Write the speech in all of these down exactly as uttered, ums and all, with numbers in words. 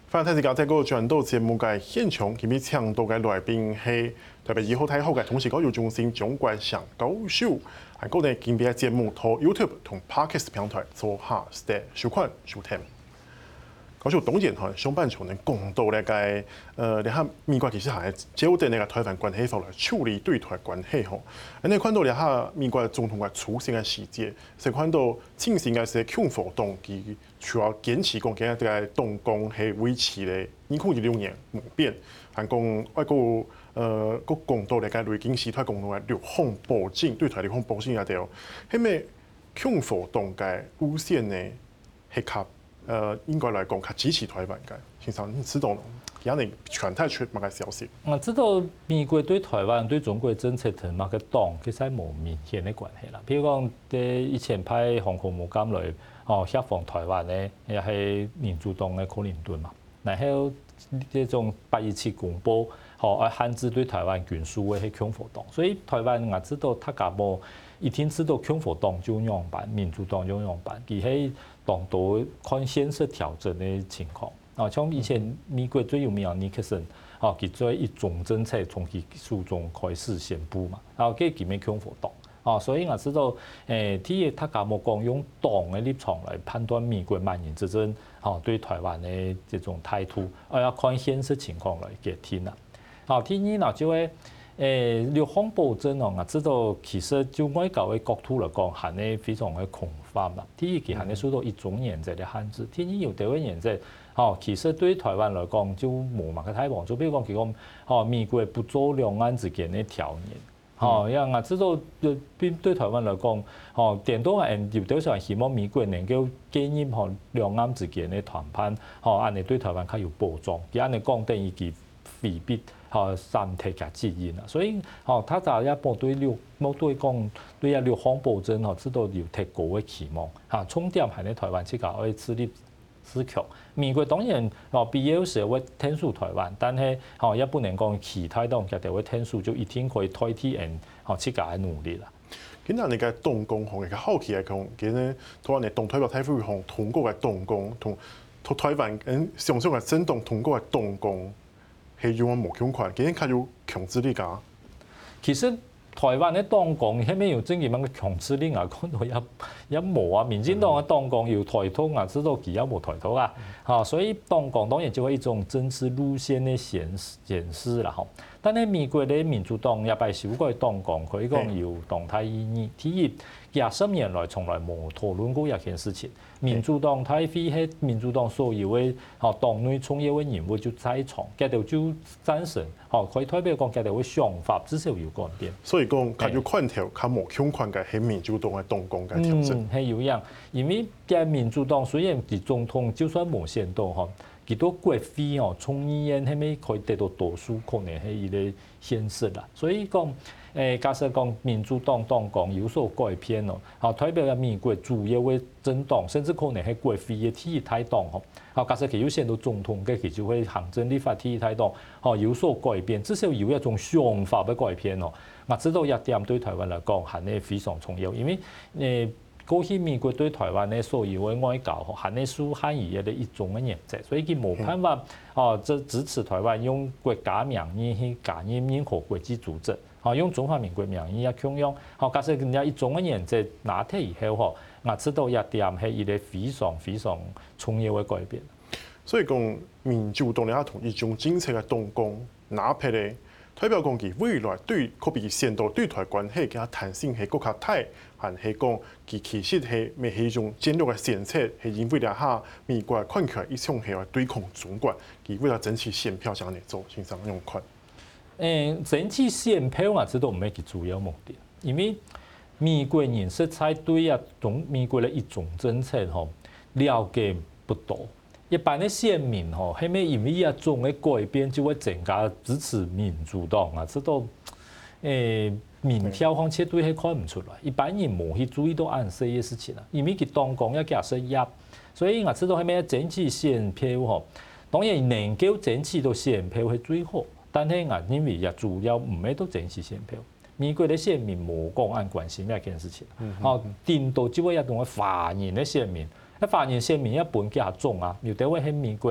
翻睇時間，即個轉到節目嘅現場，佢哋請到嘅來賓係特別以後睇好嘅，同時教育中心總管上教授，係嗰啲經典嘅節目，同 YouTube 同 Podcast 平台做下嘅收看收聽。教授當然係上半場能講到咧嘅，誒，你睇美國其實係焦點呢個台灣關係法來處理對台關係吼。你看到你睇美國總統嘅出現嘅細節，是看到進行嘅是共和黨佢除了堅持講嘅個動工係維持咧二零二六年冇變，還講外國誒個講到咧嘅雷警時代講到嘅六項保證對台六項保證也掉，係咪共和黨嘅路線呢係較？呃，應該來講，較支持台灣嘅，先生，你知道咯？而家你全太出乜嘅消息？ 我知道美國對台灣對中國政策同乜嘅黨其實冇明顯嘅關係啦。譬如講，啲以前派航空母艦來哦協防台灣咧，又係民主黨嘅克林頓嘛。然後呢種八二七公報哦，限制對台灣軍售嘅係共和黨，所以台灣我知道他家冇一定知道共和黨就樣辦，民主黨就樣辦，佢係當到看現實調整嘅情況。啊，像以前美國最有名嘅尼克森，啊，佢做一種政策從佢書中開始宣布嘛，啊，佢叫咩共和黨，啊，所以我知道誒，啲他家冇講用黨嘅立場來判斷美國萬年執政，啊，對台灣嘅這種態度，啊，要看現實情況來決定啦。啊，第二呢就係誒六項保證哦，我知道其實就外交嘅角度來講，係呢非常嘅空泛啦。第一，佢係呢受到一種原則嘅限制；第二，有啲嘅原則，哦，其實對台灣來講就冇乜嘅太幫助。比如講，佢講哦，美國不做兩岸之間嘅調研，哦，因為我知道對對台灣來講，哦，電動人有啲時候希望美國能夠建立哦兩岸之間嘅談判，哦，安尼對台灣較有保障。佢安尼講等於佢回避。哦，三體嘅指引啦，所以哦，他就一冇對六冇對講對啊六項保證哦，知道有提高嘅期望嚇。重點係咧台灣自家可以自立自強。美國當然哦必要時會聽數台灣，但係哦一般嚟講，其他黨佢哋會聽數就一定可以代替人哦自家嘅努力啦。 今日你嘅動工行嘅好奇係講，今日台灣嘅動推個台灣行通過嘅動工同同台灣誒上上嘅整動通過嘅動工。係用無強權，竟然佢有強制力㗎。 其實台灣嘅黨工係咩有正義乜嘅強制力啊？講到一一無啊，民進黨嘅黨工要台獨啊，知道佢有冇台獨啊？嚇，所以黨工當然就係一種政治路線嘅顯顯示啦。嚇，但係美國嘅民主黨也係少過黨工，佢講要動態意義。第一，廿十年來從來冇討論過一件事情。民主黨太飛係民主黨所有嘅嚇黨內重要嘅人物就在場，佢哋就贊成嚇，可以代表講佢哋嘅想法至少要改變。 所以講佢要權條，佢冇強權嘅係民主黨嘅黨工嘅調整。 嗯，係有樣，因為嘅民主黨雖然係總統，就算冇選到嚇，幾多國會哦眾議院係咪可以得到多數，可能係一個現實啦。所以講。誒，假設講民主黨黨工有所改變咯，嚇代表咗美國主要嘅政黨，甚至可能係國會嘅第二大黨吼。嚇，假設佢要選到總統嘅，佢就會行政立法第二大黨，嚇有所改變，至少有一種想法嘅改變咯。我知道一點對台灣嚟講係呢非常重要，因為誒過去美國對台灣嘅所有嘅外交，係呢屬漢語嘅一種嘅原則，所以佢冇辦法哦，即支持台灣用國家名義去加入任何國際組織。哦，用中華民國名義啊，強用，哦，假設人家一種嘅原則拿鐵以後，吼，我知道一點係一個非常非常重要嘅改變。 所以講民主黨咧，同一種政策嘅動工，哪怕咧代表講佢未來對可比先到對台關係嘅彈性係更加大，還係講佢其實係咪係一種戰略嘅選擇，係因為咧嚇美國嘅權權一種係對抗中國，佢為了爭取選票想嚟做，先生用權。 誒，整體選票我知道唔係佢主要目的，因為美國人實在對啊種美國嘅一種政策吼了解不多，一般嘅選民吼係咪因為一種嘅改變就會增加支持民主黨啊？知道誒民調方切對係看唔出來，一般人冇去注意到暗示嘅事情啊，因為佢當講一假設入，所以我知道係咪整體選票吼，當然能夠整體到選票係最好。但係我認為也主要唔係都整體選票，美國嘅選民冇講按關心呢件事情，哦，頂多只會一種嘅華人嘅選民，一華人選民一般加重啊，有啲會喺美國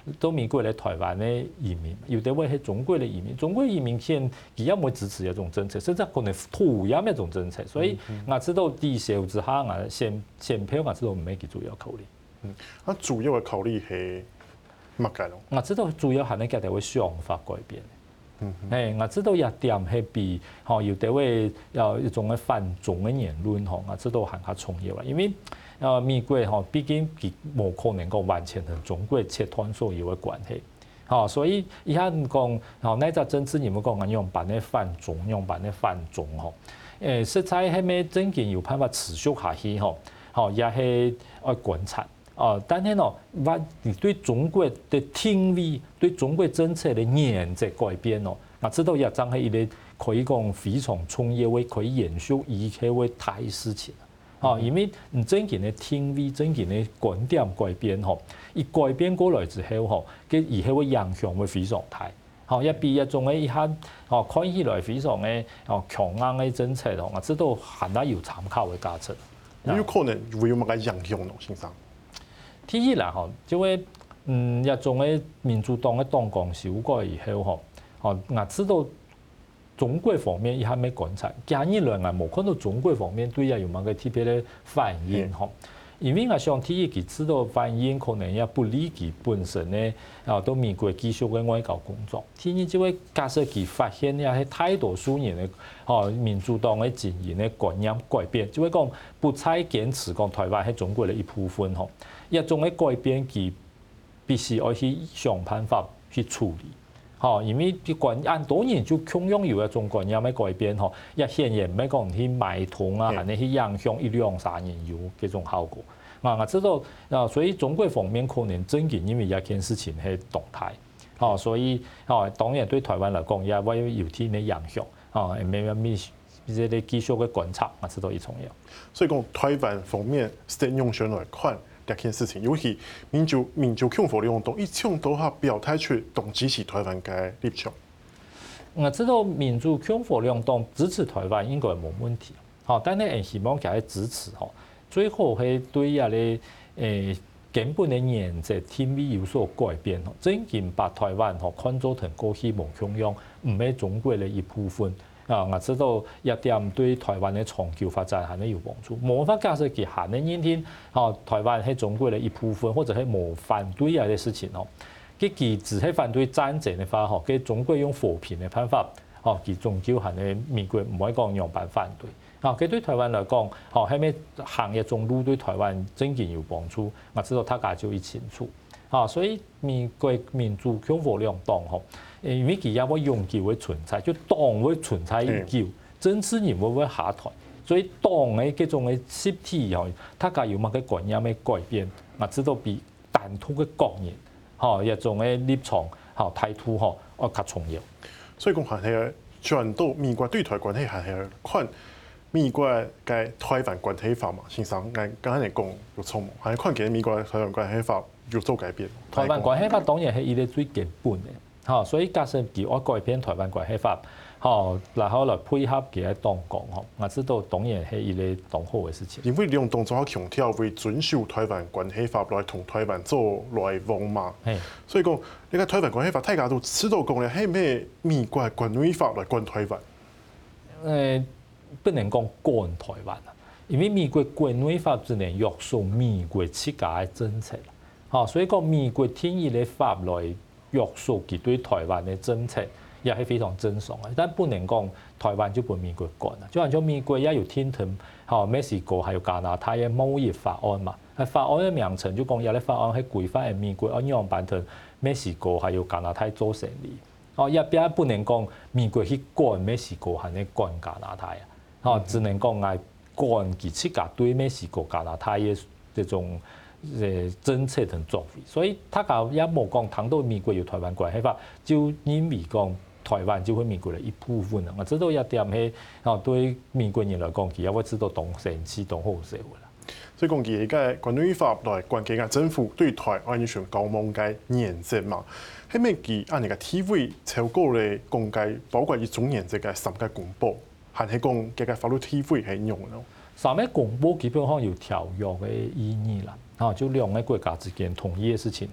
到美國嚟台灣嘅移民，有啲位係中國嘅移民，中國移民現佢也冇支持一種政策，甚至可能討厭一種政策，所以我知道抵消之下，我選選票我知道唔係佢主要考慮。 嗯，啊主要嘅考慮係乜嘢咯？ 我知道主要係呢個係會想法改變。嗯，誒，我知道一點係比吼有啲位有一種嘅反中嘅言論吼，我知道係較重要啦，因為誒美國吼畢竟佢冇可能講完全同中國切斷所有嘅關係，吼，所以伊下講吼，呢隻政治人物講緊用辦咧反中，用辦咧反中吼，誒實在係咪真正有辦法持續下去吼，吼也係愛觀察。哦，但係喏，話你對中國的定位、對中國政策的嚴則改變咯，我知道也真係一個可以講非常重要嘅可以延續以後嘅大事情。哦，因為你整件嘅定位、整件嘅觀點改變吼，一改變過來之後吼，佢以後嘅影響會非常大。哦，一比一種嘅一下哦，看起來非常嘅哦強硬嘅政策咯，我知道係得有參考嘅價值。 有可能會有乜嘅影響咯，先生？ 第一啦，吼，就會嗯一種嘅民主黨嘅黨綱修改以後，吼，哦，我知道中國方面伊還沒觀察，近年來我冇看到中國方面對也有乜嘅特別嘅反應，吼、嗯。因為我想第一，佢知道反應可能也不利佢本身咧，啊，到美國繼續嘅外交工作。第二就會假設佢發現也係太多數年嘅，哦，民主黨嘅陣營嘅觀念改變，就會講不再堅持講台灣係中國嘅一部分，吼。一種嘅改變，佢必須要去想辦法去處理，吼，因為啲觀按多年就共用有一種觀念嘅改變，吼，一顯然唔係講去埋通啊，係你去影響一兩三年有嗰種效果。啊，我知道啊，所以中國方面可能真嘅因為一件事情係動態，哦，所以哦，當然對台灣嚟講也會有啲嘅影響，啊，誒咩咩即係你繼續嘅觀察，我知道係重要。 所以講台灣方面實用上來看。呢件事情，尤其民主民主共和運動一向都係表態出同支持台灣嘅立場。 我知道民主共和運動支持台灣應該冇問題，好，但係希望佢支持吼，最好係對一啲誒根本嘅原則定位有所改變吼，真正把台灣吼看做成過去冇共樣，唔係中國嘅一部分。啊，我知道一點對台灣嘅長久發展係呢有幫助。冇法假設佢係呢一天，哦，台灣係中國嘅一部分，或者係冇反對啊啲事情哦。佢佢只係反對戰爭嘅話，嗬，佢中國用和平嘅辦法，哦，佢終究係呢美國唔可以講用辦反對。啊，佢對台灣嚟講，哦，係咪行一種路對台灣真正有幫助？我知道大家就要清楚。啊，所以美國民主共和兩黨吼，因為佢也會永久會存在，就黨會存在永久，政治人物會下台，所以黨嘅嗰種嘅實體吼，大家有乜嘅觀念嘅改變，我知道比單獨嘅個人，吼一種嘅立場，吼態度吼，我較重要。 所以講係係轉到美國對台關係係係看美國嘅台灣關係法嘛，先生，我剛才嚟講有錯冇？係看見美國嘅台灣關係法。有做改變。 台灣關係法當然係伊個最基本嘅，嚇，所以假設佢我改變台灣關係法，嚇，然後來配合佢嘅黨綱，嚇，我知道當然係伊個當好嘅事情。 因為兩黨做強調會遵守台灣關係法來同台灣做來往嘛，所以講你個台灣關係法大家都知道講咧係咩美國關於法來管台灣。 誒，不能講管台灣啊，因為美國關於法只能約束美國自家嘅政策。哦，所以講美國天意嘅法來約束佢對台灣嘅政策，也係非常正常嘅。但不能講台灣就被美國管啦。就好像美國也有聽同，嚇墨西哥還有加拿大嘅貿易法案嘛。係法案嘅名稱就講有啲法案係規範係美國按樣辦同墨西哥還有加拿大做生意。哦，一邊不能講美國去管墨西哥，係你管加拿大啊。哦，只能講係管佢自家對墨西哥、加拿大嘅這種。誒政策同作為，所以他講也冇講談到美國有台灣關係法，就因為講台灣就係美國嘅一部分啦。我知道一點係，哦對美國人來講，佢也會知道當成次當好社會啦。 所以講佢而家關於法來關係嘅政府對台灣要上高望嘅原則嘛，係咪佢按你個體會超過咧公介，包括一種原則嘅三個公佈，係係講佢個法律體會係用咯。 三個公佈基本上有條約嘅意義啦。啊，就兩個國家之間同意嘅事情，吼，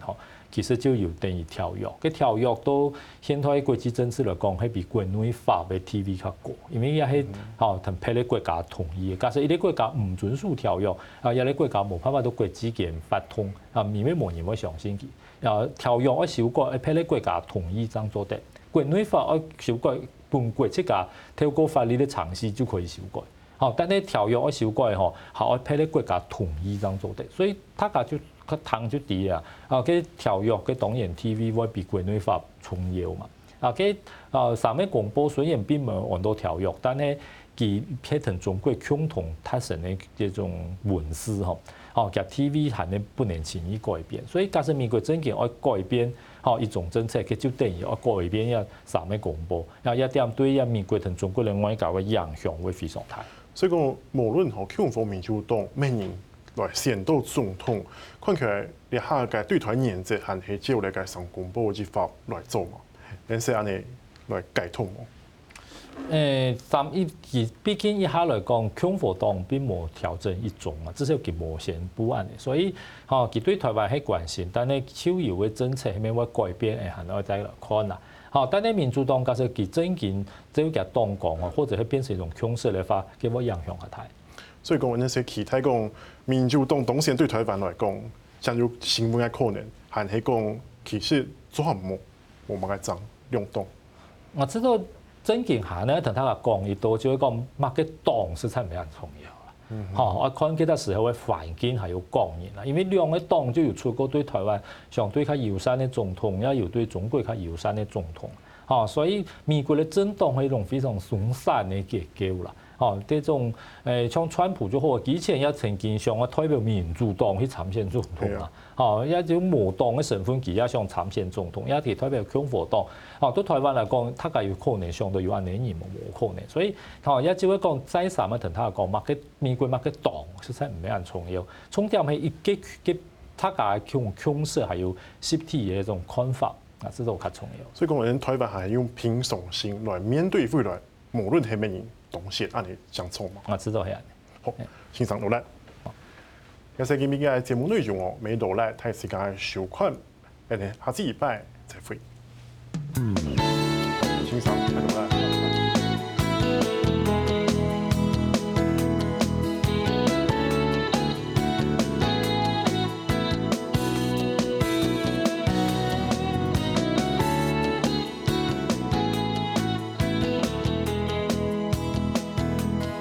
其實就有等於條約。個條約到現在國際政治來講，係比國內法嘅 T V 較高，因為也係哦同別個國家同意嘅。假設一啲國家唔遵守條約，啊有啲國家冇辦法到國際間發通，啊咪咪冇人會相信佢。啊條約要修改，別個國家同意咁做得。國內法要修改，本國即個透過法律的嘗試就可以修改。好，但係條約要修改吼，係要別個國家同意咁做得。所以大家就佢談就低啊。啊，個條約個當然 T V 會比國內法重要嘛。啊，個啊三個公報雖然並冇按到條約，但係佢變成中國共同達成的這種文字吼。哦，其實 T V 係你不能輕易改變，所以假設美國政權要改變哦一種政策，佢就等於要改變一三個公報，然後一點對一美國同中國嘅外交嘅影響會非常大。 所以講，無論吼共和民主黨咩人來選到總統，看起來你下個對台原則還係照嚟個上公報之法來做嘛，但是安尼來改通嘛。 誒，三一其畢竟一下來講，共和黨並冇調整一種啊，至少佢冇宣布案嘅，所以嚇佢對台灣係關心，但係超搖嘅政策係咪會改變誒，係我再來看啦。嚇，但係民主黨假設佢政見只要佢黨講啊，或者係變成一種強勢嘅話，佢會影響下台。 所以講，那些其他講民主黨當選對台灣來講，將有新聞嘅可能，還係講其實做下冇冇乜嘅爭兩黨。 我知道。政見下呢，同他個講一多，就係講乜嘅黨實在唔係很重要啦。嚇、嗯，我看幾多時候嘅環境係有講嘅啦，因為兩個黨就有出過對台灣相對較友善嘅總統，也有對中國較友善嘅總統。嚇，所以美國嘅政黨係一種非常鬆散嘅結構啦。嚇，呢種誒像川普就好，以前也曾經想我代表民主黨去參選總統啦。嚇，一種無黨嘅身份，佢也想參選總統，也係代表共和黨。哦，對台灣來講，他個有可能相對有安年年冇冇可能，所以哦，一朝一講再三啊同他講，乜嘅美國乜嘅黨實在唔係很重要，重點係一個嘅他個強強勢係有實體嘅一種看法啊，呢個較重要。 所以講，人台灣係用平常心來面對未來，無論係咩人東西，按你相錯嘛。 我知道係。 好，欣賞落來。有時今日嘅節目內容哦，每到來睇時間收看，誒，下次禮拜再會。嗯，欣賞，睇到啦。